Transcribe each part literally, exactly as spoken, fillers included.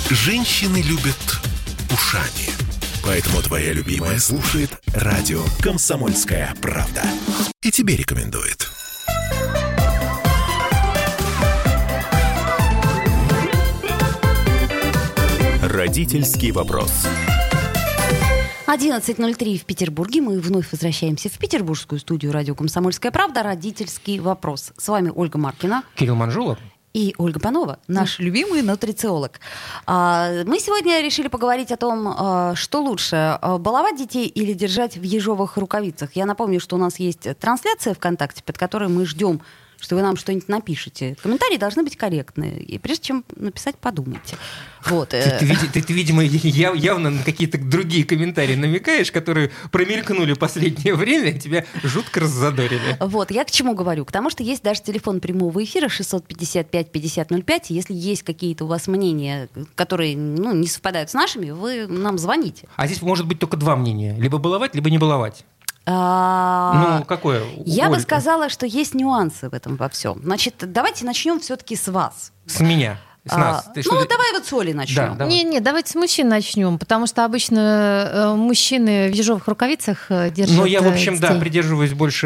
Женщины любят ушами. Поэтому твоя любимая слушает радио «Комсомольская правда». И тебе рекомендует. Родительский вопрос. одиннадцать ноль три в Петербурге. Мы вновь возвращаемся в петербургскую студию радио «Комсомольская правда». Родительский вопрос. С вами Ольга Маркина. Кирилл Манжулов. И Ольга Панова, наш любимый нутрициолог. Мы сегодня решили поговорить о том, что лучше, баловать детей или держать в ежовых рукавицах. Я напомню, что у нас есть трансляция ВКонтакте, под которой мы ждем, что вы нам что-нибудь напишете. Комментарии должны быть корректные. И прежде чем написать, подумайте. Вот. Ты, ты, ты, ты, видимо, яв, явно на какие-то другие комментарии намекаешь, которые промелькнули в последнее время, и тебя жутко раззадорили. Вот, я к чему говорю? К тому, что есть даже телефон прямого эфира шестьсот пятьдесят пять пятьдесят ноль пять. Если есть какие-то у вас мнения, которые ну, не совпадают с нашими, вы нам звоните. А здесь может быть только два мнения. Либо баловать, либо не баловать. А... Ну, какое? Я Оль... бы сказала, что есть нюансы в этом во всем. Значит, давайте начнем все-таки с вас. С меня. С нас. А, ты, ну, ты... давай вот с Олей начнем. Да, Не-не, давайте с мужчин начнем, потому что обычно э, мужчины в ежовых рукавицах держат. Ну, я, в общем, детей. да, придерживаюсь больше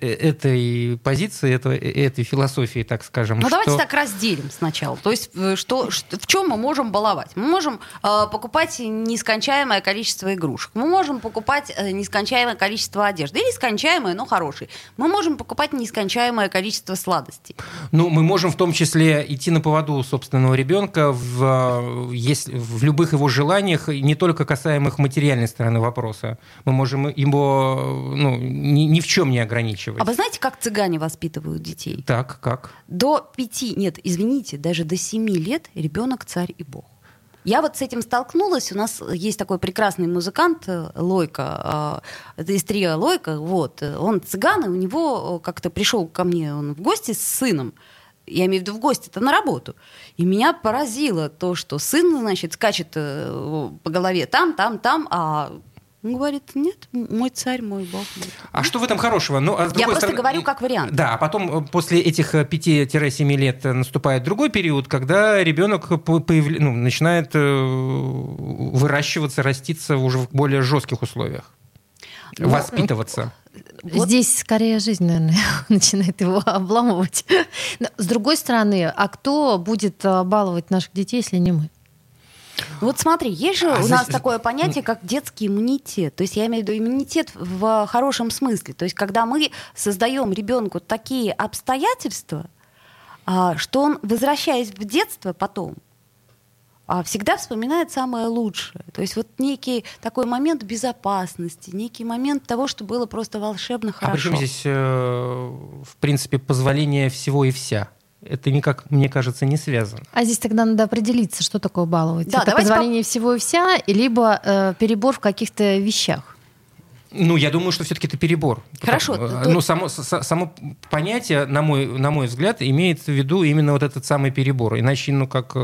этой позиции, этой, этой философии, так скажем. Ну, что... давайте так разделим сначала. То есть, что, что, в чем мы можем баловать? Мы можем э, покупать нескончаемое количество игрушек. Мы можем покупать э, нескончаемое количество одежды. Или скончаемое, но хорошее. Мы можем покупать нескончаемое количество сладостей. Ну, мы можем в том числе идти на поводу собственного ребенка в, если, в любых его желаниях, не только касаемых материальной стороны вопроса. Мы можем его ну, ни, ни в чем не ограничивать. А вы знаете, как цыгане воспитывают детей? Так, как? До пяти, нет, извините, даже до семи лет ребенок царь и бог. Я вот с этим столкнулась. У нас есть такой прекрасный музыкант Лойка, это из трио Лойка. Вот. Он цыган, и у него как-то пришел ко мне он в гости с сыном. Я имею в виду в гости, это на работу. И меня поразило то, что сын, значит, скачет по голове там, там, там, а он говорит, нет, мой царь, мой бог. Мой. А что в этом хорошего? Ну, а с Я просто стороны... говорю как вариант. Да, а потом после этих пяти-семи лет наступает другой период, когда ребенок появ... ну, начинает выращиваться, раститься уже в более жестких условиях. Ну, воспитываться. Вот. Здесь скорее жизнь, наверное, начинает его обламывать. Но, с другой стороны, а кто будет баловать наших детей, если не мы? Вот смотри, есть же а у здесь... нас такое понятие, как детский иммунитет. То есть я имею в виду иммунитет в хорошем смысле. То есть когда мы создаем ребенку такие обстоятельства, что он, возвращаясь в детство потом, всегда вспоминает самое лучшее. То есть вот некий такой момент безопасности, некий момент того, что было просто волшебно хорошо. А причем здесь, в принципе, позволение всего и вся? Это никак, мне кажется, не связано. А здесь тогда надо определиться, что такое баловать. Да, это позволение по... всего и вся, либо э, перебор в каких-то вещах. Ну, я думаю, что все-таки это перебор. Хорошо. Потому, то... Ну, само, само понятие, на мой, на мой взгляд, имеет в виду именно вот этот самый перебор. Иначе, ну, как...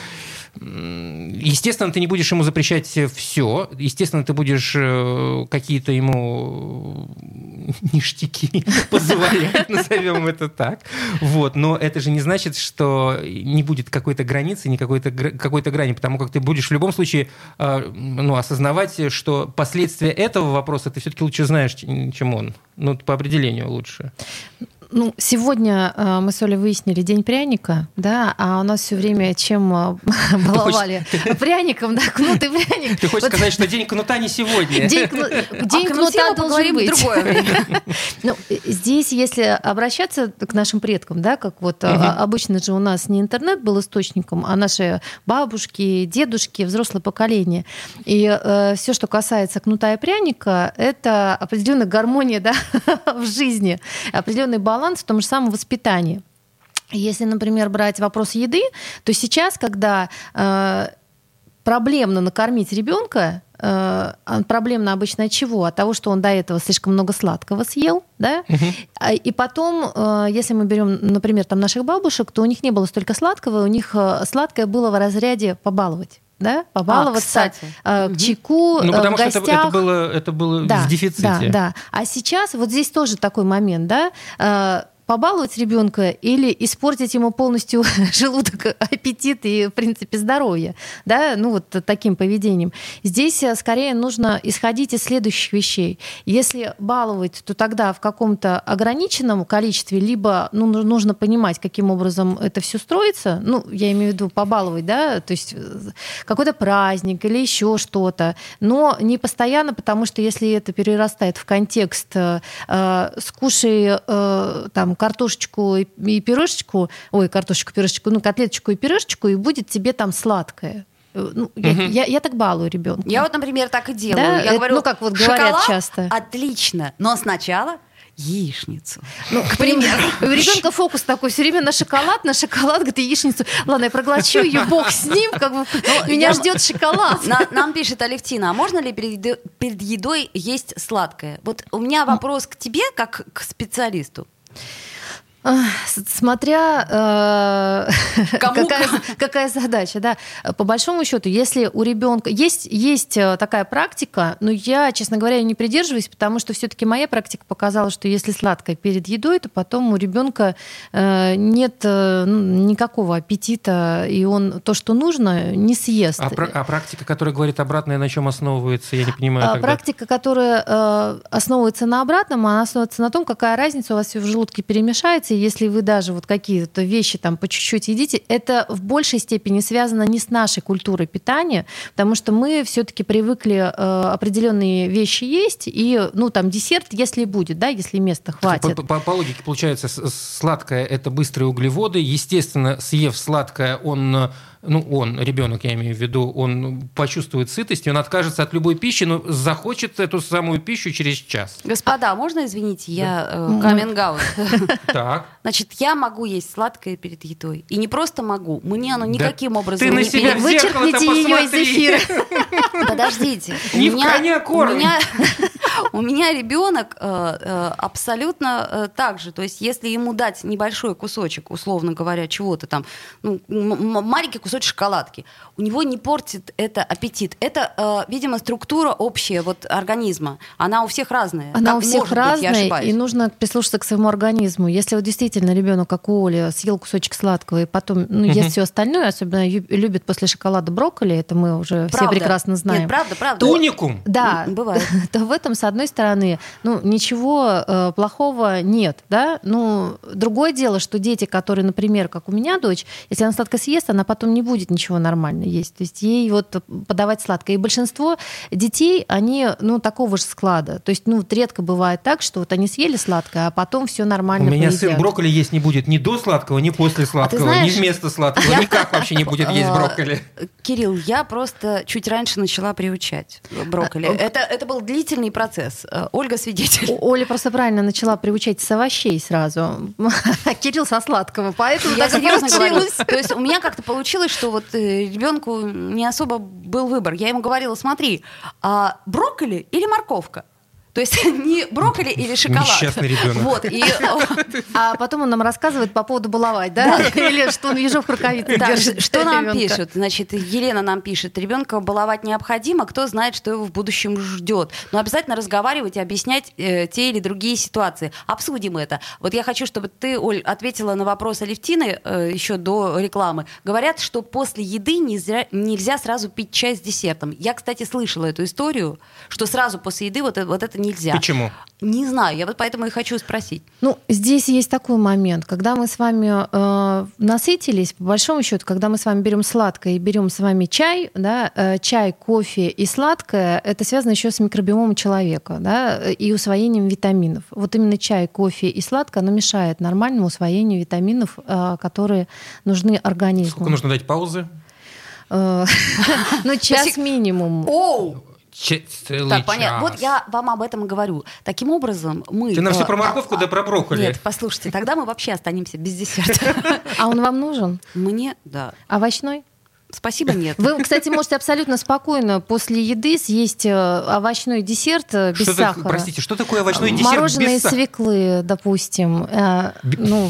Естественно, ты не будешь ему запрещать все. Естественно, ты будешь какие-то ему ништяки позволять, назовем это так. Вот. Но это же не значит, что не будет какой-то границы, ни какой-то, какой-то грани, потому как ты будешь в любом случае ну, осознавать, что последствия этого вопроса ты все-таки лучше знаешь, чем он. Ну, по определению лучше. Ну, сегодня э, мы с Олей выяснили день пряника, да, а у нас все время чем э, баловали? Хочешь... Пряником, да, кнут и пряник. Ты хочешь вот... сказать, что день кнута не сегодня? День, кну... день а кнута должен быть. Другое время. Ну, здесь, если обращаться к нашим предкам, да, как вот угу. обычно же у нас не интернет был источником, а наши бабушки, дедушки, взрослое поколение. И э, все, что касается кнута и пряника, это определенная гармония, да, в жизни, определенный баланс в том же самом воспитании. Если, например, брать вопрос еды, то сейчас, когда э, проблемно накормить ребенка, э, проблемно обычно от чего? От того, что он до этого слишком много сладкого съел, да? Угу. И потом, э, если мы берем, например, там наших бабушек, то у них не было столько сладкого, у них сладкое было в разряде побаловать. Да, побаловаться а, кстати. э, к чайку, ну, потому в гостях. что это, это было, это было да, в дефиците. Да, да. А сейчас вот здесь тоже такой момент, да, э, побаловать ребенка или испортить ему полностью желудок, аппетит и, в принципе, здоровье, да, ну вот таким поведением. Здесь скорее нужно исходить из следующих вещей. Если баловать, то тогда в каком-то ограниченном количестве, либо ну, нужно понимать, каким образом это все строится, ну, я имею в виду побаловать, да, то есть какой-то праздник или еще что-то, но не постоянно, потому что если это перерастает в контекст э, «скушай э, там, картошечку и, и пирожечку», ой, картошечку, пирожечку, ну, котлеточку и пирожечку, и будет тебе там сладкое. Ну, я, угу. я, я так балую ребенка. Я вот, например, так и делаю. Да? Я это, говорю, ну, как вот говорят шоколад часто. Отлично, но сначала яичницу. Ну, к примеру, у ребенка фокус такой все время на шоколад, на шоколад, говорит, яичницу. Ладно, я проглочу ее, бог с ним, как бы меня ждет шоколад. На, нам пишет Алевтина, а можно ли перед, перед едой есть сладкое? Вот у меня вопрос к тебе, как к специалисту. Смотря э, какая, какая задача, да. По большому счету, если у ребенка есть, есть такая практика, но я, честно говоря, не придерживаюсь, потому что все-таки моя практика показала, что если сладкое перед едой, то потом у ребенка э, нет э, никакого аппетита, и он то, что нужно, не съест. А, а практика, которая говорит обратное, на чем основывается, я не понимаю. А, тогда. Практика, которая э, основывается на обратном, она основывается на том, какая разница у вас в желудке перемешается. Если вы даже вот какие-то вещи там по чуть-чуть едите, это в большей степени связано не с нашей культурой питания, потому что мы все-таки привыкли э, определенные вещи есть, и ну там десерт, если будет, да, если места хватит. По, по, по логике получается, сладкое – это быстрые углеводы. Естественно, съев сладкое, он... ну, он, ребенок, я имею в виду, он почувствует сытость, и он откажется от любой пищи, но захочет эту самую пищу через час. Господа, можно, извините, я каминг-аут? Так. Значит, я могу есть сладкое перед едой. И не просто могу, мне оно никаким да образом ты не... на себя в зеркало-то Вычеркните ее из эфира. Подождите. Не в коня корм. У меня ребенок абсолютно так же. То есть, если ему дать небольшой кусочек, условно говоря, чего-то там, ну, маленький кусочек шоколадки, у него не портит это аппетит. Это, э, видимо, структура общая вот, организма. Она у всех разная. Она как, у всех может разная, быть, я ошибаюсь. и нужно прислушаться к своему организму. Если вот действительно ребенок, как у Оли, съел кусочек сладкого и потом ну, ест все остальное, особенно любит после шоколада брокколи, это мы уже правда. все прекрасно знаем. Нет, правда, правда. Уникум. Да, бывает. То в этом, с одной стороны, ну, ничего э, плохого нет, да. Ну, другое дело, что дети, которые, например, как у меня дочь, если она сладко съест, она потом не будет ничего нормально есть. То есть ей вот подавать сладкое. И большинство детей, они, ну, такого же склада. То есть, ну, вот редко бывает так, что вот они съели сладкое, а потом все нормально У меня поедят. сын брокколи есть не будет ни до сладкого, ни после сладкого, а знаешь, ни вместо сладкого. я... Никак вообще не будет есть брокколи. Кирилл, я просто чуть раньше начала приучать брокколи. Это, это был длительный процесс. Ольга свидетель. Оля просто правильно начала приучать с овощей сразу. А Кирилл со сладкого, поэтому я так серьезно говорю. получилось. То есть у меня как-то получилось, что вот ребенку не особо был выбор. Я ему говорила, смотри, а брокколи или морковка? То есть не брокколи или шоколад. Несчастный ребенок. Вот, и... А потом он нам рассказывает по поводу баловать, да? да. Или что он ежов в рукавице так, держит. Что нам пишут? Значит, Елена нам пишет, ребенка баловать необходимо, кто знает, что его в будущем ждет. Но обязательно разговаривать и объяснять э, те или другие ситуации. Обсудим это. Вот я хочу, чтобы ты, Оль, ответила на вопрос Алевтины э, еще до рекламы. Говорят, что после еды нельзя, нельзя сразу пить чай с десертом. Я, кстати, слышала эту историю, что сразу после еды вот, вот это нельзя. Почему? Не знаю, я вот поэтому и хочу спросить. Ну, здесь есть такой момент, когда мы с вами э, насытились, по большому счету, когда мы с вами берем сладкое и берем с вами чай, да, э, чай, кофе и сладкое, это связано еще с микробиомом человека, да, и усвоением витаминов. Вот именно чай, кофе и сладкое, оно мешает нормальному усвоению витаминов, э, которые нужны организму. Сколько нужно дать паузы? Ну, час минимум. Оу! Целый так, час. понятно. Вот я вам об этом говорю. Таким образом, мы... Ты нам э, все про морковку а, да про брокколи. Нет, послушайте, тогда мы вообще останемся без десерта. А он вам нужен? Мне, да. Овощной? Спасибо, нет. Вы, кстати, можете абсолютно спокойно после еды съесть овощной десерт без что сахара. Так, простите, что такое овощной десерт Мороженое без из сахара? свеклы, допустим. Ну,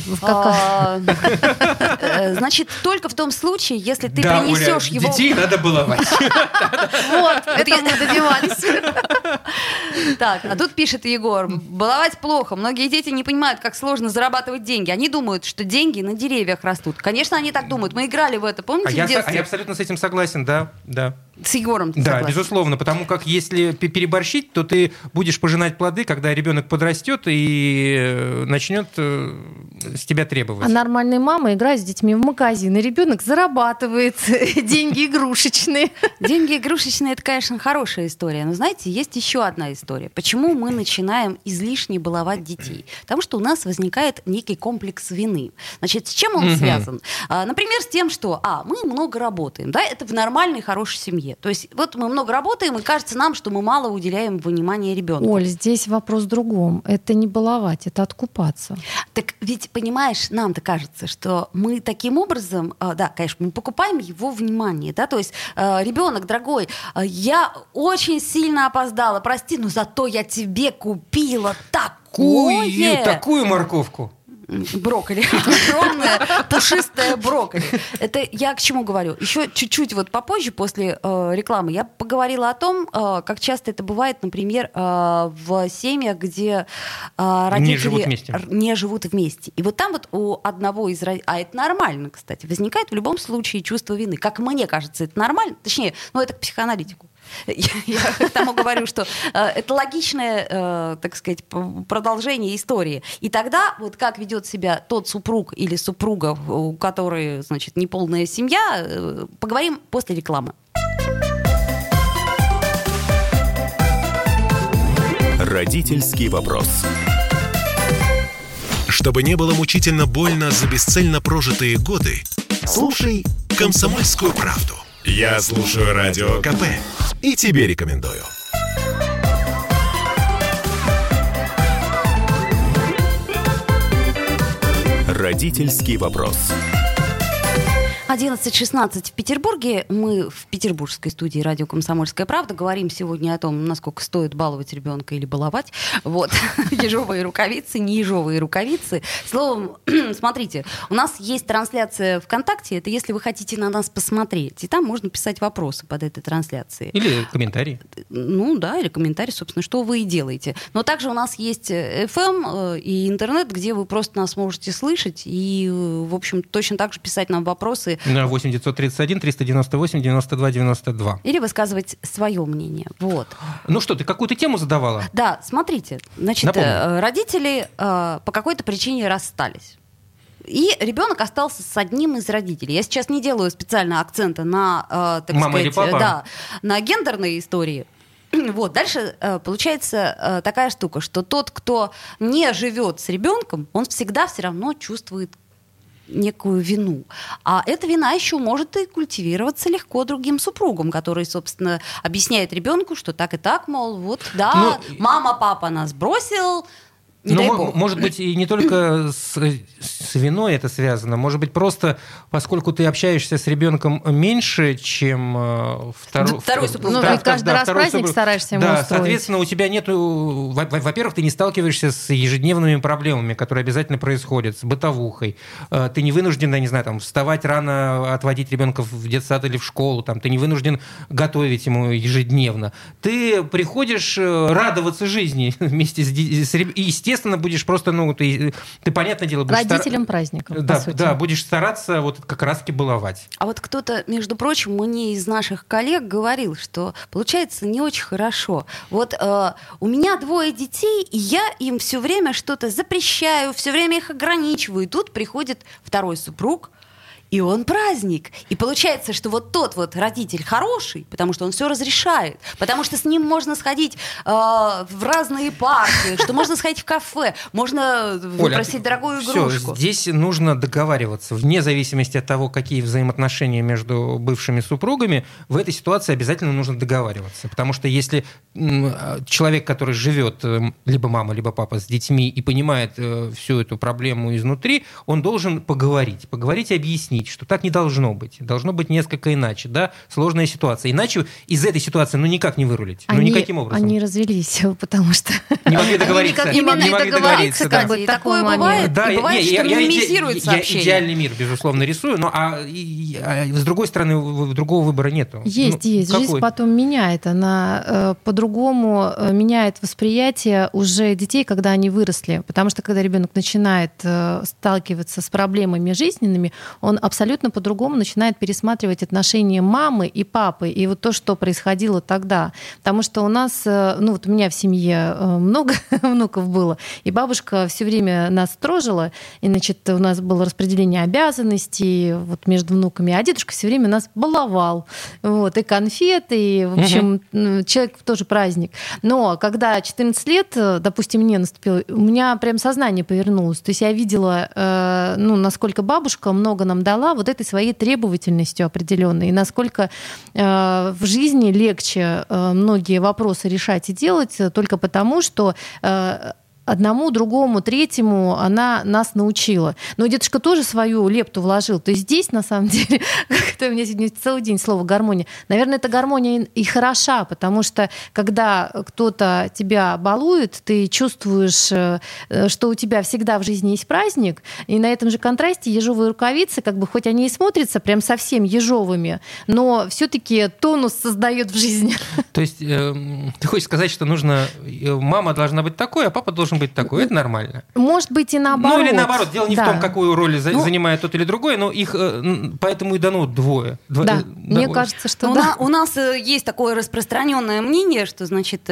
Значит, только в том случае, если ты да, принесешь Оля, его... детей надо баловать. Вот, это мы добивались. Так, а тут пишет Егор, баловать плохо. Многие дети не понимают, как сложно зарабатывать деньги. Они думают, что деньги на деревьях растут. Конечно, они так думают. Мы играли в это, помните, А в я, детстве? а я абсолютно с этим согласен, да, да. С Егором ты Да, согласен? безусловно, потому как если переборщить, то ты будешь пожинать плоды, когда ребенок подрастет и начнет с тебя требовать. А нормальная мама играет с детьми в магазин, и ребенок зарабатывает деньги игрушечные. Деньги игрушечные — это, конечно, хорошая история. Но, знаете, есть еще одна история. Почему мы начинаем излишне баловать детей? Потому что у нас возникает некий комплекс вины. Значит, с чем он Мгм. связан? А, например, с тем, что а, мы много работаем. Да? Это в нормальной, хорошей семье. То есть вот мы много работаем, и кажется нам, что мы мало уделяем внимания ребенку. Оль, здесь вопрос в другом. Это не баловать, это откупаться. Так ведь, понимаешь, нам-то кажется, что мы таким образом, э, да, конечно, мы покупаем его внимание, да, то есть э, ребенок, дорогой, э, я очень сильно опоздала, прости, но зато я тебе купила такое. Такую, такую морковку. Брокколи. Огромная пушистая брокколи. Это я к чему говорю? Еще чуть-чуть вот попозже, после э, рекламы, я поговорила о том, э, как часто это бывает, например, э, в семьях, где э, родители Не живут вместе. р- не живут вместе. И вот там вот у одного из родителей, а это нормально, кстати, возникает в любом случае чувство вины. Как мне кажется, это нормально. Точнее, ну это к психоаналитику. Я, я к тому говорю, что э, это логичное, э, так сказать, п- продолжение истории. И тогда вот как ведет себя тот супруг или супруга, у которой, значит, неполная семья, э, поговорим после рекламы. Родительский вопрос. Чтобы не было мучительно больно за бесцельно прожитые годы, слушай «Комсомольскую правду». Я слушаю Радио КП и тебе рекомендую. Родительский вопрос. одиннадцать шестнадцать в Петербурге. Мы в петербургской студии радио «Комсомольская правда». Говорим сегодня о том, насколько стоит баловать ребенка или баловать. Вот. Ежовые рукавицы, не ежовые рукавицы. Словом, смотрите, у нас есть трансляция ВКонтакте. Это если вы хотите на нас посмотреть. И там можно писать вопросы под этой трансляцией. Или комментарий. Ну да, или комментарий, собственно, что вы и делаете. Но также у нас есть эф эм и интернет, где вы просто нас можете слышать и, в общем, точно так же писать нам вопросы. На восемь девятьсот тридцать один триста девяносто восемь девяносто два девяносто два. Или высказывать свое мнение. Вот. Ну что, ты какую-то тему задавала? Да, смотрите. Значит, Напомню. э, родители э, по какой-то причине расстались. И ребенок остался с одним из родителей. Я сейчас не делаю специально акцента на, э, так Мама или сказать, папа? да, на гендерные истории. Вот, дальше э, получается э, такая штука, что тот, кто не живет с ребенком, он всегда все равно чувствует некую вину. А эта вина еще может и культивироваться легко другим супругом, который, собственно, объясняет ребенку, что так и так, мол, вот, да, Ну, мама, папа нас бросил, не Ну, дай мо- бог. может быть, и не только с, с виной это связано. Может быть, просто поскольку ты общаешься с ребенком меньше, чем э, второ- Д- второй супруг. Ну, да, и каждый да, раз второй праздник супруг. стараешься ему Да, устроить. соответственно, у тебя нету... во- во- Во-первых, ты не сталкиваешься с ежедневными проблемами, которые обязательно происходят, с бытовухой. Э, Ты не вынужден, я не знаю, там, вставать рано, отводить ребенка в детсад или в школу. Там, ты не вынужден готовить ему ежедневно. Ты приходишь э, радоваться жизни вместе с, ди- с реб- и, естественно, будешь просто ну, ты, ты, понятное дело, будешь... Родителям стар... праздников, да, по сути. Да, будешь стараться вот как раз-таки баловать. А вот кто-то, между прочим, мне из наших коллег говорил, что получается не очень хорошо. Вот э, у меня двое детей, и я им все время что-то запрещаю, все время их ограничиваю. И тут приходит второй супруг, и он праздник. И получается, что вот тот вот родитель хороший, потому что он все разрешает, потому что с ним можно сходить э, в разные парки, что можно сходить в кафе, можно выпросить дорогую игрушку. Все, здесь нужно договариваться. Вне зависимости от того, какие взаимоотношения между бывшими супругами, в этой ситуации обязательно нужно договариваться. Потому что если м, человек, который живет, либо мама, либо папа с детьми, и понимает э, всю эту проблему изнутри, он должен поговорить. Поговорить и объяснить. объяснить, что так не должно быть. Должно быть несколько иначе, да? Сложная ситуация. Иначе из этой ситуации ну никак не вырулить. Они, ну никаким образом. Они развелись, потому что... Не могли договориться. Они никак не могли договориться, как бы, и такое бывает, да, и бывает, не, что я, минимизируется я, общение. Я идеальный мир, безусловно, рисую, но а, и, а, с другой стороны, другого выбора нету. Есть, ну, есть. какой? Жизнь потом меняет. Она э, по-другому э, меняет восприятие уже детей, когда они выросли. Потому что когда ребенок начинает э, сталкиваться с проблемами жизненными, он абсолютно по-другому начинает пересматривать отношения мамы и папы. И вот то, что происходило тогда. Потому что у нас, э, ну вот у меня в семье э, много внуков было, и бабушка все время нас строжила, и, значит, у нас было распределение обязанностей вот, между внуками, а дедушка все время нас баловал. Вот, и конфеты, и, в общем, угу. человек тоже праздник. Но когда четырнадцать лет, допустим, мне наступило, у меня прям сознание повернулось. То есть я видела, э, ну, насколько бабушка много нам дала вот этой своей требовательностью определенной, и насколько э, в жизни легче э, многие вопросы решать и делать только потому, что э, одному, другому, третьему она нас научила. Но дедушка тоже свою лепту вложил. То есть здесь, на самом деле, как-то у меня сегодня целый день слово «гармония». Наверное, эта гармония и хороша, потому что когда кто-то тебя балует, ты чувствуешь, что у тебя всегда в жизни есть праздник, и на этом же контрасте ежовые рукавицы, как бы хоть они и смотрятся прям совсем ежовыми, но все-таки тонус создает в жизни. То есть э, ты хочешь сказать, что нужно... Мама должна быть такой, а папа должен быть такой. Это нормально. Может быть, и наоборот. Ну, или наоборот. Дело не да. в том, какую роль за, ну, занимает тот или другой, но их поэтому и дано двое. Два, да, э, мне да, кажется, что у, да. на, у нас есть такое распространенное мнение, что, значит,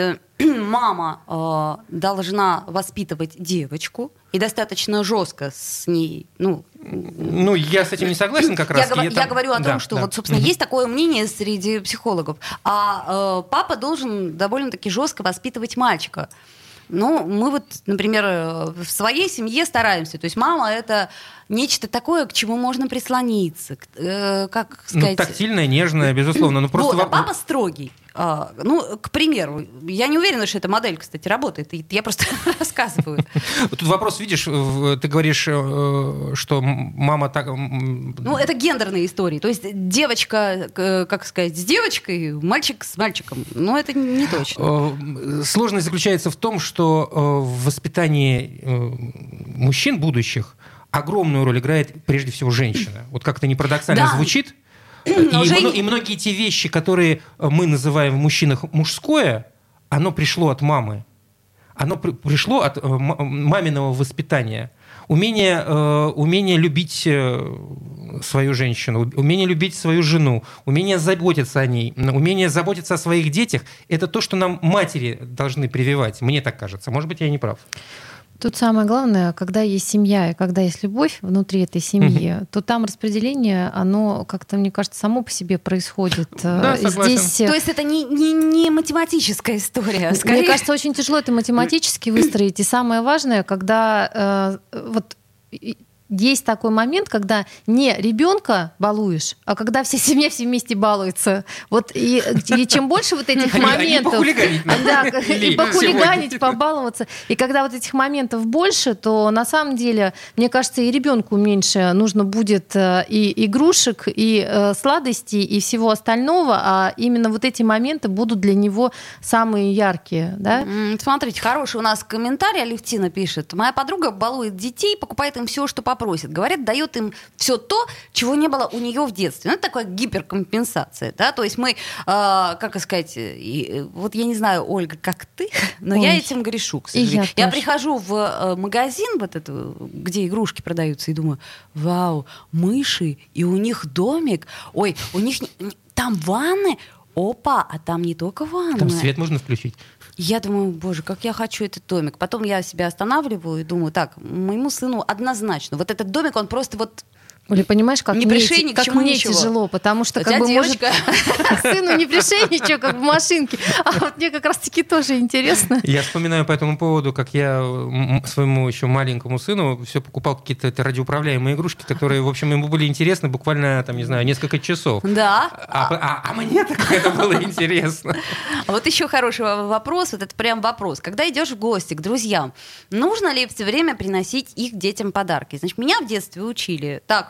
мама э, должна воспитывать девочку, и достаточно жестко с ней, ну... Ну, я с этим не согласен как раз. Я, гов- я там... говорю о том, да, что да. вот, собственно, есть такое мнение среди психологов. А э, папа должен довольно-таки жестко воспитывать мальчика. Ну, мы вот, например, в своей семье стараемся. То есть мама — это нечто такое, к чему можно прислониться. Э, как сказать... Ну, тактильное, нежное, безусловно. Ну, просто... Вот, а папа строгий. А, ну, к примеру, я не уверена, что эта модель, кстати, работает. Я просто рассказываю. Тут вопрос, видишь, ты говоришь, что мама так... Ну, это гендерные истории. То есть девочка, как сказать, с девочкой, мальчик с мальчиком. Но это не точно. Сложность заключается в том, что в воспитании мужчин будущих огромную роль играет прежде всего женщина. Вот как-то не парадоксально да. звучит. И, Жень... и многие те вещи, которые мы называем в мужчинах мужское, оно пришло от мамы. Оно при, пришло от э, маминого воспитания. Умение, э, умение любить э, свою женщину, умение любить свою жену, умение заботиться о ней, умение заботиться о своих детях – это то, что нам матери должны прививать. Мне так кажется. Может быть, я не прав. Тут самое главное, когда есть семья и когда есть любовь внутри этой семьи, mm-hmm. то там распределение, оно как-то, мне кажется, само по себе происходит. Да, согласен. Здесь... То есть это не, не, не математическая история. Скорее... Мне кажется, очень тяжело это математически выстроить. И самое важное, когда э, вот есть такой момент, когда не ребенка балуешь, а когда вся семья все вместе балуется. Вот и, и чем больше вот этих они, моментов... Они похулиганить. Да, и похулиганить, побаловаться. И когда вот этих моментов больше, то на самом деле, мне кажется, и ребенку меньше нужно будет и игрушек, и сладостей, и всего остального, а именно вот эти моменты будут для него самые яркие. Да? Смотрите, хороший у нас комментарий. Алевтина пишет. Моя подруга балует детей, покупает им все, что попросит. Говорят, дает им все то, чего не было у нее в детстве. Ну, это такая гиперкомпенсация. Да? То есть мы, э, как сказать, и, вот я не знаю, Ольга, как ты, но Ой. я этим грешу, к сожалению. Я, я прихожу в э, магазин, вот это, где игрушки продаются, и думаю, вау, мыши, и у них домик. Ой, у них там ванны. Опа, а там не только ванны. Там свет можно включить. Я думаю, боже, как я хочу этот домик. Потом я себя останавливаю и думаю, так, моему сыну однозначно. Вот этот домик, он просто вот... Оля, понимаешь, как не мне, пришей, как мне тяжело, потому что как бы может сыну не пришей ничего, как в машинке. А вот мне как раз-таки тоже интересно. Я вспоминаю по этому поводу, как я своему еще маленькому сыну все покупал какие-то радиоуправляемые игрушки, которые, в общем, ему были интересны буквально, там, не знаю, несколько часов. Да. А, а, а мне так это было интересно. А вот еще хороший вопрос, вот это прям вопрос. Когда идешь в гости к друзьям, нужно ли все время приносить их детям подарки? Значит, меня в детстве учили так,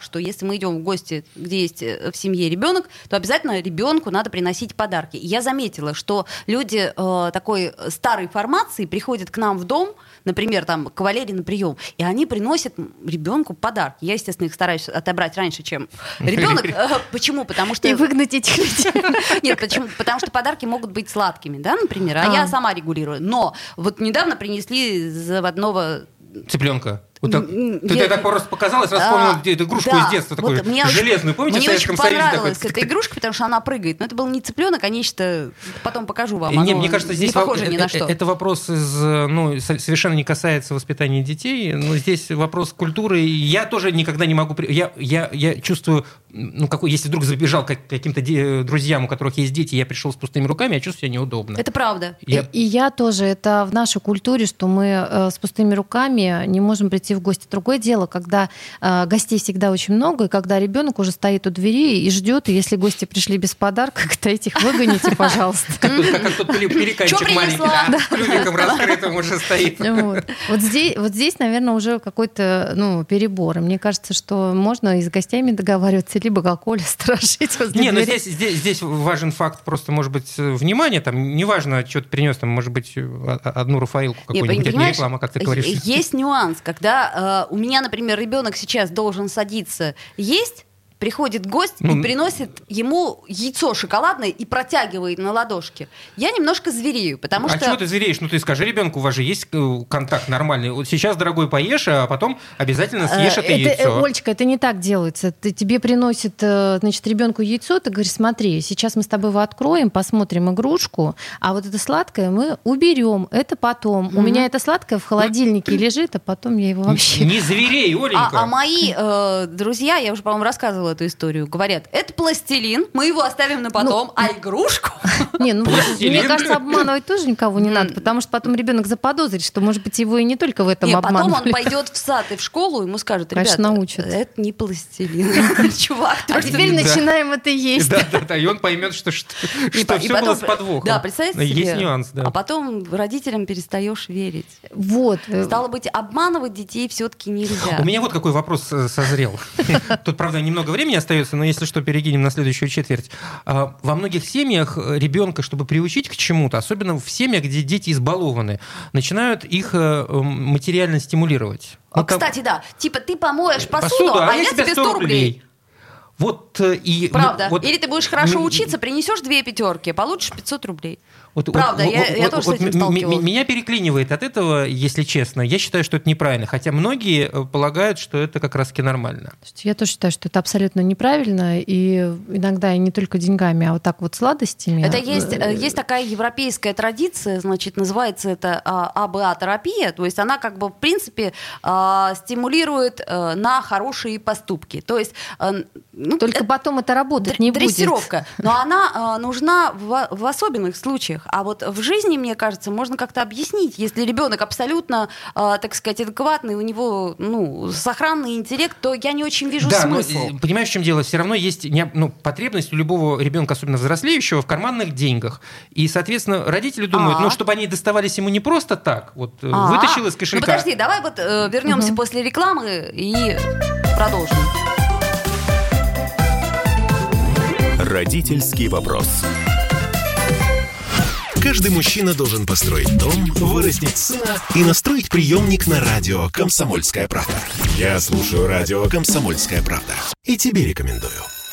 что если мы идем в гости, где есть в семье ребенок, то обязательно ребенку надо приносить подарки. И я заметила, что люди э, такой старой формации приходят к нам в дом, например, там, к Валерии на прием, и они приносят ребенку подарки. Я, естественно, их стараюсь отобрать раньше, чем ребенок. Почему? Потому что... И выгнать этих людей. Нет, почему? Потому что подарки могут быть сладкими, да, например, а, а я сама регулирую. Но вот недавно принесли заводного... Цыпленка. Вот так, я... ты, ты так просто показалась, вспомнила а, эту игрушку да, из детства, такую вот мне железную, помните, мне в Советском Союзе? Мне очень такой... понравилась эта игрушка, потому что она прыгает. Но это был не цыпленок, а нечто... Потом покажу вам. Не, мне кажется, здесь не похоже во... ни на что. Это вопрос из... Ну, совершенно не касается воспитания детей, но здесь вопрос культуры. Я тоже никогда не могу... Я, я, я чувствую... Ну, какой, если вдруг забежал к каким-то де... друзьям, у которых есть дети, я пришел с пустыми руками, я чувствую себя неудобно. Это правда. Я... И, и я тоже. Это в нашей культуре, что мы э, с пустыми руками не можем прийти в гости. Другое дело, когда э, гостей всегда очень много, и когда ребенок уже стоит у двери и ждет, и если гости пришли без подарка, дайте их выгоните, пожалуйста. Как тот переканчик маленький, с клювиком раскрытым уже стоит. Вот здесь, наверное, уже какой-то перебор. Мне кажется, что можно и с гостями договариваться, либо алкоголь сторожить возле Не, двери. но здесь, здесь, здесь важен факт, просто, может быть, внимание, там, неважно, что ты принес, там, может быть, одну Рафаэлку какую-нибудь, это не реклама, как ты говоришь. Есть нюанс, когда э, у меня, например, ребенок сейчас должен садиться есть, приходит гость ну, и приносит ему яйцо шоколадное и протягивает на ладошке. Я немножко зверею, потому а что... А чего ты звереешь? Ну ты скажи ребенку, у вас же есть контакт нормальный. Вот сейчас, дорогой, поешь, а потом обязательно съешь это, это яйцо. Олечка, это не так делается. Ты, тебе приносит, значит, ребенку яйцо, ты говоришь, смотри, сейчас мы с тобой его откроем, посмотрим игрушку, а вот это сладкое мы уберем, это потом. Mm-hmm. У меня это сладкое в холодильнике лежит, а потом я его вообще... Не зверей, Оленька! А, а мои э, друзья, я уже, по-моему, рассказывала эту историю, говорят, это пластилин, мы его оставим на потом, ну, а игрушку... Не, ну, мне кажется, обманывать тоже никого не надо, потому что потом ребенок заподозрит, что, может быть, его и не только в этом не, обманывали. Потом он пойдет в сад и в школу, ему скажут, ребята, это не пластилин. Чувак, а теперь начинаем это есть. Да, да, да, и он поймет, что все было с подвохом. Да, представьте себе. Есть нюанс, да. А потом родителям перестаешь верить. Вот. Стало быть, обманывать детей все-таки нельзя. У меня вот какой вопрос созрел. Тут, правда, немного времени остается, но если что, перекинем на следующую четверть. Во многих семьях ребенка, чтобы приучить к чему-то, особенно в семьях, где дети избалованы, начинают их материально стимулировать. Ну, Кстати, как... да. Типа ты помоешь посуду, посуду а, а я тебе сто рублей. Вот, и, Правда. Вот, Или ты будешь хорошо учиться, принесешь две пятерки, получишь пятьсот рублей. Вот, Правда, вот, я, вот, я тоже вот, с этим сталкивалась. Меня переклинивает от этого, если честно. Я считаю, что это неправильно. Хотя многие полагают, что это как раз-таки нормально. Я тоже считаю, что это абсолютно неправильно. И иногда и не только деньгами, а вот так вот сладостями. Это есть, есть такая европейская традиция, значит, называется это АБА-терапия. То есть она как бы, в принципе, стимулирует на хорошие поступки. То есть... Ну, только это, потом это работать не будет. Дрессировка. Но она нужна в, в особенных случаях. А вот в жизни, мне кажется, можно как-то объяснить, если ребенок абсолютно, э, так сказать, адекватный, у него ну, сохранный интеллект, то я не очень вижу да, смысла. Но, понимаешь, в чем дело? Все равно есть ну, потребность у любого ребенка, особенно взрослеющего, в карманных деньгах. И, соответственно, родители думают, А-а-а. ну, чтобы они доставались ему не просто так, вот А-а-а. вытащил из кошелька. Ну, подожди, давай вот э, вернемся угу. после рекламы и продолжим. Родительский вопрос. Каждый мужчина должен построить дом, вырастить сына и настроить приемник на радио «Комсомольская правда». Я слушаю радио «Комсомольская правда» и тебе рекомендую.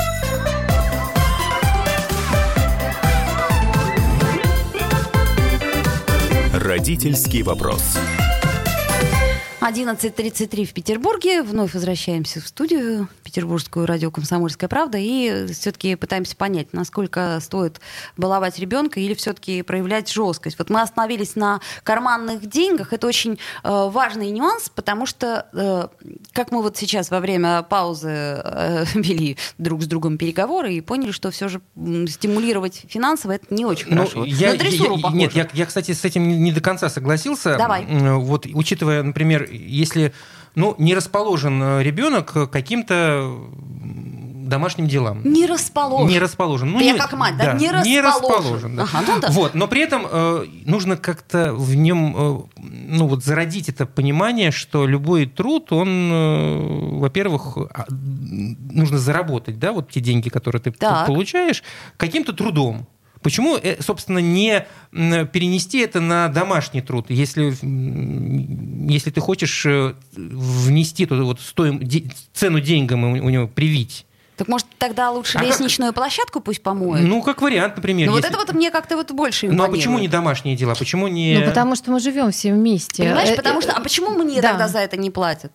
Родительский вопрос. одиннадцать тридцать три в Петербурге. Вновь возвращаемся в студию, петербургскую радио «Комсомольская правда», и все-таки пытаемся понять, насколько стоит баловать ребенка или все-таки проявлять жесткость. Вот мы остановились на карманных деньгах. Это очень э, важный нюанс, потому что, э, как мы вот сейчас во время паузы э, вели друг с другом переговоры и поняли, что все же стимулировать финансово это не очень ну, хорошо. Я, на дрессуру я, похоже. Нет, я, я, кстати, с этим не до конца согласился. Давай. Вот, учитывая, например, если ну, не расположен ребенок к каким-то домашним делам. Не расположен. Не расположен. Ну, Ты не, я как мать, да? да Не расположен. Не расположен, да. Ага, ну да. Вот, но при этом э, нужно как-то в нем, э, ну вот зародить это понимание, что любой труд, он, э, во-первых, нужно заработать, да, вот те деньги, которые ты так. получаешь, каким-то трудом. Почему, собственно, не перенести это на домашний труд, если, если ты хочешь внести туда вот стоим, цену деньгам у него привить? Так может тогда лучше а лестничную как? площадку пусть помоют? Ну, как вариант, например. Ну, если... вот это вот мне как-то вот больше импонирует. Ну, а почему не домашние дела? Почему не... Ну, потому что мы живем все вместе. Понимаешь, потому что... А почему мне да. тогда за это не платят?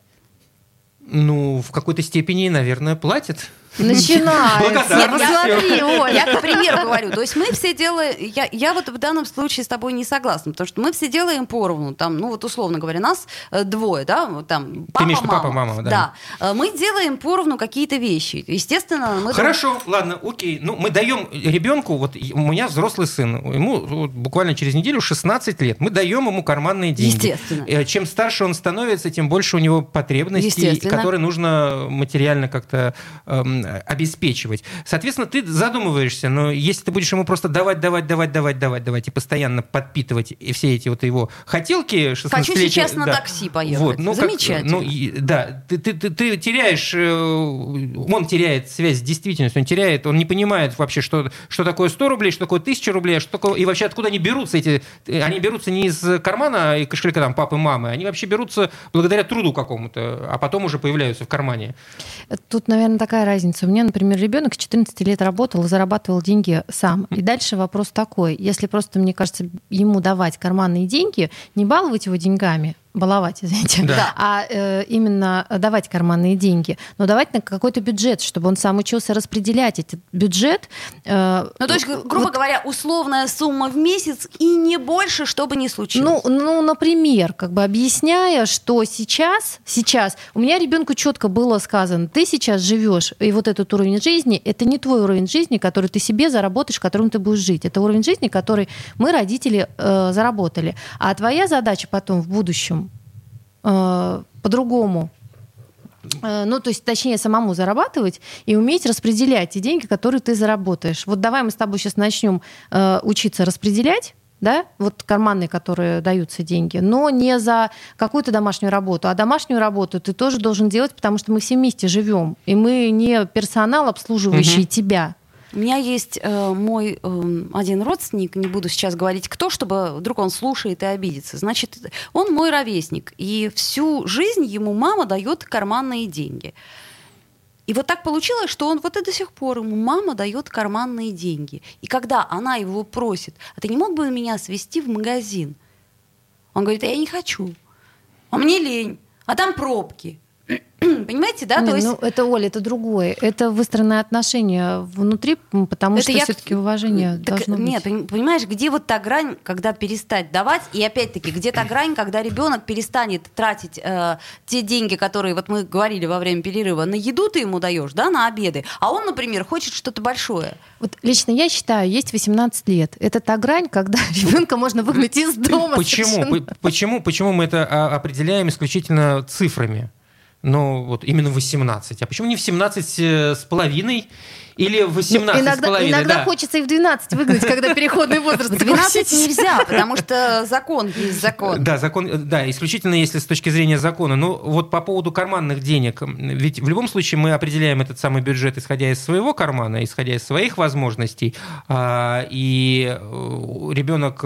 Ну, в какой-то степени, наверное, платят. Начинается. Я, посмотри, Оль. Я, к примеру, говорю. То есть мы все делаем... Я, я вот в данном случае с тобой не согласна, потому что мы все делаем поровну. Там, ну вот условно говоря, нас двое, да? Там, папа, Ты имеешь мама. папа, мама, да. Да. Мы делаем поровну какие-то вещи. Естественно, мы... Хорошо, друг... ладно, окей. Ну, мы даем ребенку... Вот у меня взрослый сын. Ему вот, буквально через неделю шестнадцать лет. Мы даем ему карманные деньги. Естественно. Чем старше он становится, тем больше у него потребностей, которые нужно материально как-то... Эм, обеспечивать. Соответственно, ты задумываешься, но если ты будешь ему просто давать, давать, давать, давать, давать, давать и постоянно подпитывать и все эти вот его хотелки шестнадцатилетия... Хочу сейчас на да. такси поехать. Вот, ну, замечательно. Как, ну, и, да, ты, ты, ты, ты теряешь, он теряет связь с действительностью, он теряет, он не понимает вообще, что, что такое сто рублей, что такое тысяча рублей, что такое, и вообще откуда они берутся эти... Они берутся не из кармана и кошелька там, папы, мамы, они вообще берутся благодаря труду какому-то, а потом уже появляются в кармане. Тут, наверное, такая разница. У меня, например, ребенок с четырнадцати лет работал и зарабатывал деньги сам. И дальше вопрос такой. Если просто, мне кажется, ему давать карманные деньги, не баловать его деньгами, баловать, извините, да. а э, именно давать карманные деньги, но давать на какой-то бюджет, чтобы он сам учился распределять этот бюджет. Э, ну, то есть, грубо вот, говоря, условная сумма в месяц и не больше, чтобы не случилось. Ну, ну, например, как бы объясняя, что сейчас, сейчас у меня ребенку четко было сказано, ты сейчас живешь, и вот этот уровень жизни, это не твой уровень жизни, который ты себе заработаешь, которым ты будешь жить. Это уровень жизни, который мы, родители, э, заработали. А твоя задача потом в будущем по-другому. Ну, то есть, точнее, самому зарабатывать и уметь распределять те деньги, которые ты заработаешь. Вот давай мы с тобой сейчас начнем э, учиться распределять, да, вот карманные, которые даются деньги, но не за какую-то домашнюю работу. А домашнюю работу ты тоже должен делать, потому что мы все вместе живем, и мы не персонал, обслуживающий угу. тебя. У меня есть э, мой э, один родственник, не буду сейчас говорить кто, чтобы вдруг он слушает и обидится. Значит, он мой ровесник, и всю жизнь ему мама дает карманные деньги. И вот так получилось, что он вот и до сих пор, ему мама дает карманные деньги. И когда она его просит, а ты не мог бы меня свезти в магазин? Он говорит, а я не хочу, а мне лень, а там пробки. Понимаете, да? Нет, То есть... ну, это, Оля, это другое. Это выстроенные отношения внутри, потому это что я... все-таки уважение так, должно нет, быть. Нет, понимаешь, где вот та грань, когда перестать давать, и опять-таки, где та грань, когда ребенок перестанет тратить э, те деньги, которые, вот мы говорили во время перерыва, на еду ты ему даешь, да, на обеды, а он, например, хочет что-то большое. Вот лично я считаю, есть восемнадцать лет. Это та грань, когда ребенка можно выгнать из дома. Почему? Почему? Почему мы это определяем исключительно цифрами? Ну, вот именно восемнадцать. А почему не в семнадцать с половиной или в восемнадцать иногда, с половиной? Иногда да. хочется и в двенадцать выгнать, когда переходный возраст. В двенадцать нельзя, потому что закон есть закон. Да, закон, да, исключительно если с точки зрения закона. Но вот по поводу карманных денег, ведь в любом случае мы определяем этот самый бюджет, исходя из своего кармана, исходя из своих возможностей, и ребенок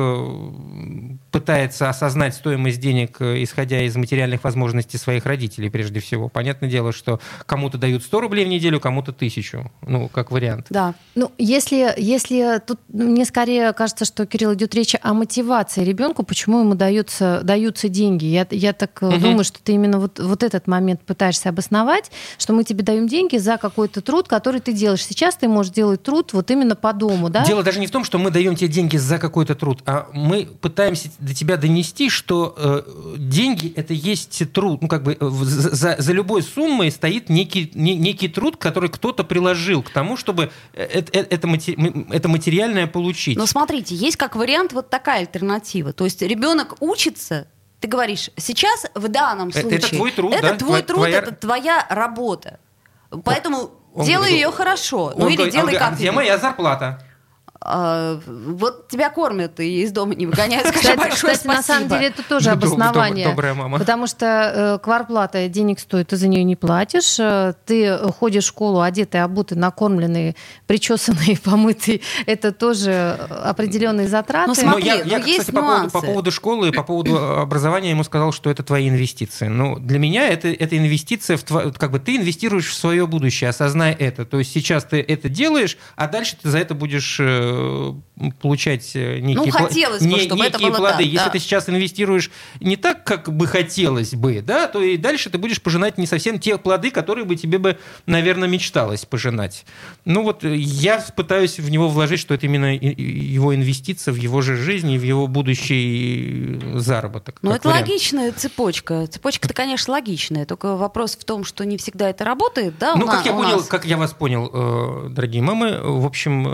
пытается осознать стоимость денег, исходя из материальных возможностей своих родителей, прежде всего. Понятное дело, что кому-то дают сто рублей в неделю, кому-то тысячу. Ну, как вариант. Да. Ну, если, если тут мне скорее кажется, что, Кирилл, идет речь о мотивации ребенку, почему ему даются, даются деньги. Я, я так угу. думаю, что ты именно вот, вот этот момент пытаешься обосновать, что мы тебе даем деньги за какой-то труд, который ты делаешь. Сейчас ты можешь делать труд вот именно по дому, да? Дело даже не в том, что мы даем тебе деньги за какой-то труд, а мы пытаемся до тебя донести, что э, деньги — это есть труд. Ну, как бы за, за любой суммой стоит некий, не, некий труд, который кто-то приложил к тому, чтобы это, это, это материальное получить. Но смотрите, есть как вариант вот такая альтернатива. То есть ребенок учится, ты говоришь, сейчас в данном случае... Это твой труд, это да? твой труд, твоя... это твоя работа. Поэтому Он делай говорит, ее хорошо. Ну он или говорит, делай а как где тебе. моя зарплата? А, вот тебя кормят и из дома не выгоняют. Скажи Кстати, большое кстати, на самом спасибо. деле это тоже Доб- доб- обоснование. добрая мама. Потому что э, квартплата денег стоит, ты за нее не платишь. Э, ты ходишь в школу одетый, обутый, накормленный, причесанный, помытый. Это тоже определенные затраты. Ну, смотри, Но я, ну, я, есть кстати, по поводу, нюансы. по поводу школы и по поводу образования ему сказал, что это твои инвестиции. Но для меня это, это инвестиция в тво... как бы ты инвестируешь в свое будущее, осознай это. То есть сейчас ты это делаешь, а дальше ты за это будешь э, получать некие, Ну, пла- хотелось бы, не- чтобы это некие было плоды. так, Если да. ты сейчас инвестируешь не так, как бы хотелось бы, да, то и дальше ты будешь пожинать не совсем те плоды, которые бы тебе бы, наверное, мечталось пожинать. Ну вот я пытаюсь в него вложить, что это именно и- и его инвестиция в его же жизнь и в его будущий заработок. Ну, как это вариант. логичная цепочка. Цепочка-то, конечно, логичная. Только вопрос в том, что не всегда это работает, да? Ну, у как на- я у понял, нас. как я вас понял, э, дорогие мамы, в общем,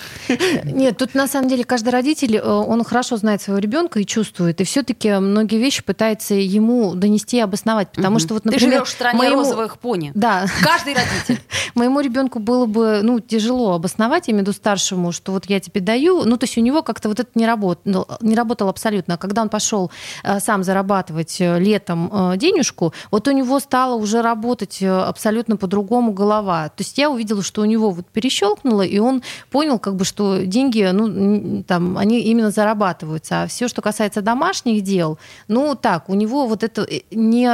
Нет, тут на самом деле каждый родитель, э, он хорошо знает своего ребенка и чувствует, и все-таки многие вещи пытается ему донести и обосновать, потому Мгм. что вот, Ты например, живешь в стране моему- розовых пони. Да, Каждый родитель. моему ребенку было бы, ну, тяжело обосновать, я имею в виду старшему, что вот я тебе даю, ну, то есть у него как-то вот это не работало, не работало абсолютно. Когда он пошел э, сам зарабатывать э, летом э, денежку, вот у него стало уже работать э, абсолютно по-другому голова. То есть я увидела, что у него вот перещелкнуло, и он понял, как бы, что деньги, ну, н- там, они именно зарабатываются. А все, что касается домашних дел, ну, так, у него вот это э, не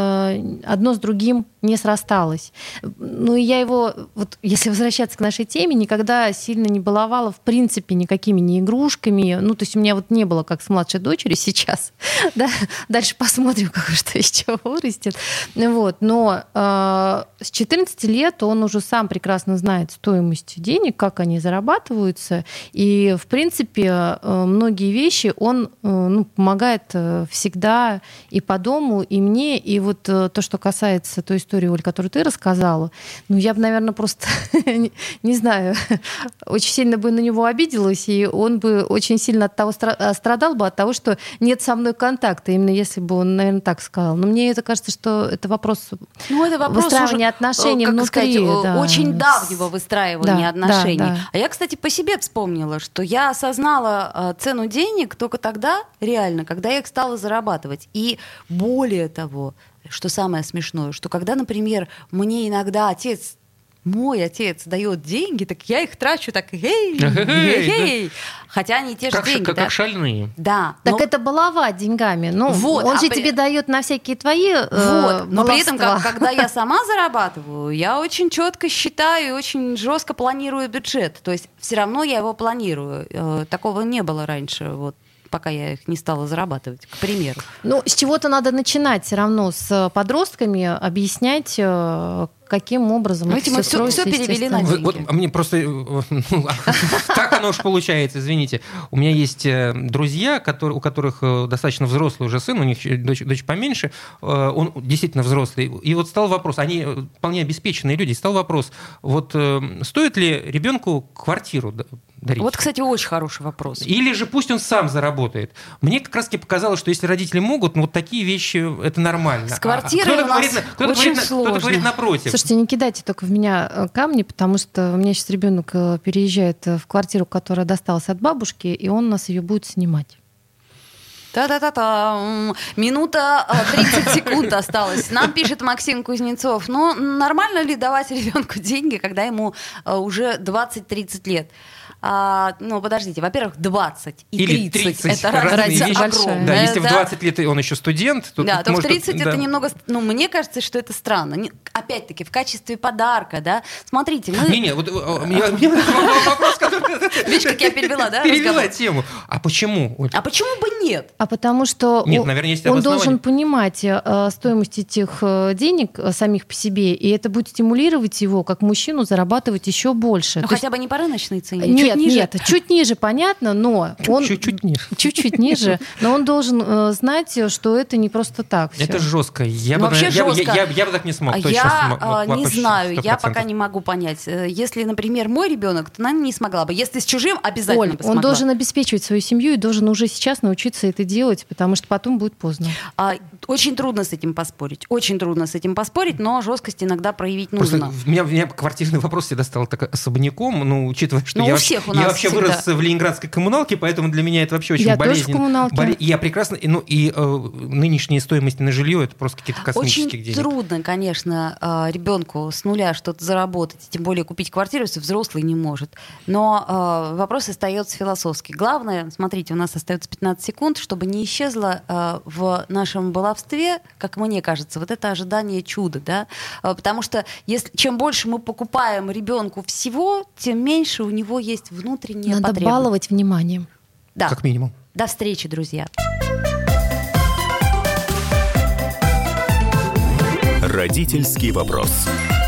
э, одно с другим не срасталось. Ну, и я его, вот если возвращаться к нашей теме, никогда сильно не баловала, в принципе, никакими не игрушками. Ну, то есть у меня вот не было, как с младшей дочерью сейчас. Да? Дальше посмотрим, как, что из чего вырастет. Вот. Но э, с четырнадцати лет он уже сам прекрасно знает стоимость денег, как они зарабатываются. И, в принципе, э, многие вещи он э, ну, помогает э, всегда и по дому, и мне. И вот э, то, что касается той истории, Оль, которую ты рассказала, ну, я бы, наверное, просто, не, не знаю, очень сильно бы на него обиделась, и он бы очень сильно от того стра- страдал бы от того, что нет со мной контакта, именно если бы он, наверное, так сказал. Но мне это кажется, что это вопрос, Ну, это вопрос выстраивания уже, отношений как внутри. сказать, да. очень давнего выстраивания Да, отношений. да, да. А я, кстати, по себе вспомнила, что я осознала э, цену денег только тогда, реально, когда я их стала зарабатывать. И более того, что самое смешное, что когда, например, мне иногда отец, мой отец дает деньги, так я их трачу так, эй, эй, эй. Хотя они те же как, ш- деньги, как, да? как шальные. Да. Так но- это баловать деньгами. Ну, Вот, он а же при- тебе дает на всякие твои э, Вот, но при этом, баловства. как- когда я сама зарабатываю, я очень четко считаю и очень жестко планирую бюджет. То есть все равно я его планирую. Э, Такого не было раньше, вот, пока я их не стала зарабатывать, к примеру. Ну, с чего-то надо начинать все равно с подростками, объяснять, э, каким образом Видите, это мы всё всё- строится, всё перевели на естественно. Вот, деньги. вот мне просто... э, ну, так оно уж получается, извините. У меня есть э, друзья, которые, у которых э, достаточно взрослый уже сын, у них еще дочь, дочь поменьше, э, он действительно взрослый. И вот стал вопрос, они э, вполне обеспеченные люди, стал вопрос, вот э, стоит ли ребенку квартиру д- дарить? Вот, кстати, очень хороший вопрос. Или же пусть он сам заработает. Мне как раз-таки показалось, что если родители могут, ну вот такие вещи, это нормально. С квартирой А кто-то у нас говорит на- кто-то очень говорит на- кто-то сложно. говорит напротив. Слушайте, не кидайте только в меня э, камни, потому что у меня сейчас ребенок э, переезжает э, в квартиру, которая досталась от бабушки, и он нас ее будет снимать. Та-та-та-та. М, Минута э, тридцать секунд осталось. Нам пишет Максим Кузнецов. Ну, нормально ли давать ребенку деньги, когда ему э, уже двадцать-тридцать лет? А, ну, подождите, во-первых, двадцать и Или тридцать, тридцать, это разные разница вещи. огромная. Да, если в да. двадцать лет он еще студент, то, Да, тут то в может- тридцать да. это немного, ну, мне кажется, что это странно. Не- Опять-таки, в качестве подарка, да. Смотрите, мы... Не-не, вот э, э, я- мне вопрос, который... Видишь, как я перевела, да, Перевела разговор? тему. А почему? Оль? А почему бы нет? А потому что Нет, он, наверное, есть он обоснование. должен понимать э, стоимость этих э, денег э, самих по себе, и это будет стимулировать его, как мужчину, зарабатывать еще больше. Ну, То есть- хотя бы не по рыночной цене, Нет, чуть ниже. нет, чуть ниже, понятно, но он Чуть-чуть ниже. чуть-чуть ниже, но он должен э, знать, что это не просто так. всё. Это жестко. Я бы, Ну, вообще наверное, я, жестко. я, я- я бы так не смог. А точно я см- а, вот не почти знаю, сто я процентов. пока не могу понять. Э, Если, например, мой ребенок, то, наверное, не смогла бы. Если с чужим, обязательно Оль, бы он смогла. должен обеспечивать свою семью. семью и должен уже сейчас научиться это делать, потому что потом будет поздно. А, очень трудно с этим поспорить. Очень трудно с этим поспорить, но жесткость иногда проявить нужно. Просто меня, меня квартирный вопрос всегда стал так особняком, ну, учитывая, что но я, у всех у я нас вообще всегда. вырос в ленинградской коммуналке, поэтому для меня это вообще очень я болезненно. тоже в коммуналке. Боле... Я прекрасно... Ну, и э, нынешние стоимости на жилье — это просто какие-то космические деньги. Очень трудно, конечно, ребенку с нуля что-то заработать, тем более купить квартиру, если взрослый не может. Но э, вопрос остается философский. Главное, смотрите, у нас остается пятнадцать секунд, чтобы не исчезло э, в нашем баловстве, как мне кажется, вот это ожидание чуда, да, э, потому что если, чем больше мы покупаем ребенку всего, тем меньше у него есть внутренняя Надо потребность. баловать вниманием. Да. Как минимум. До встречи, друзья. Родительский вопрос.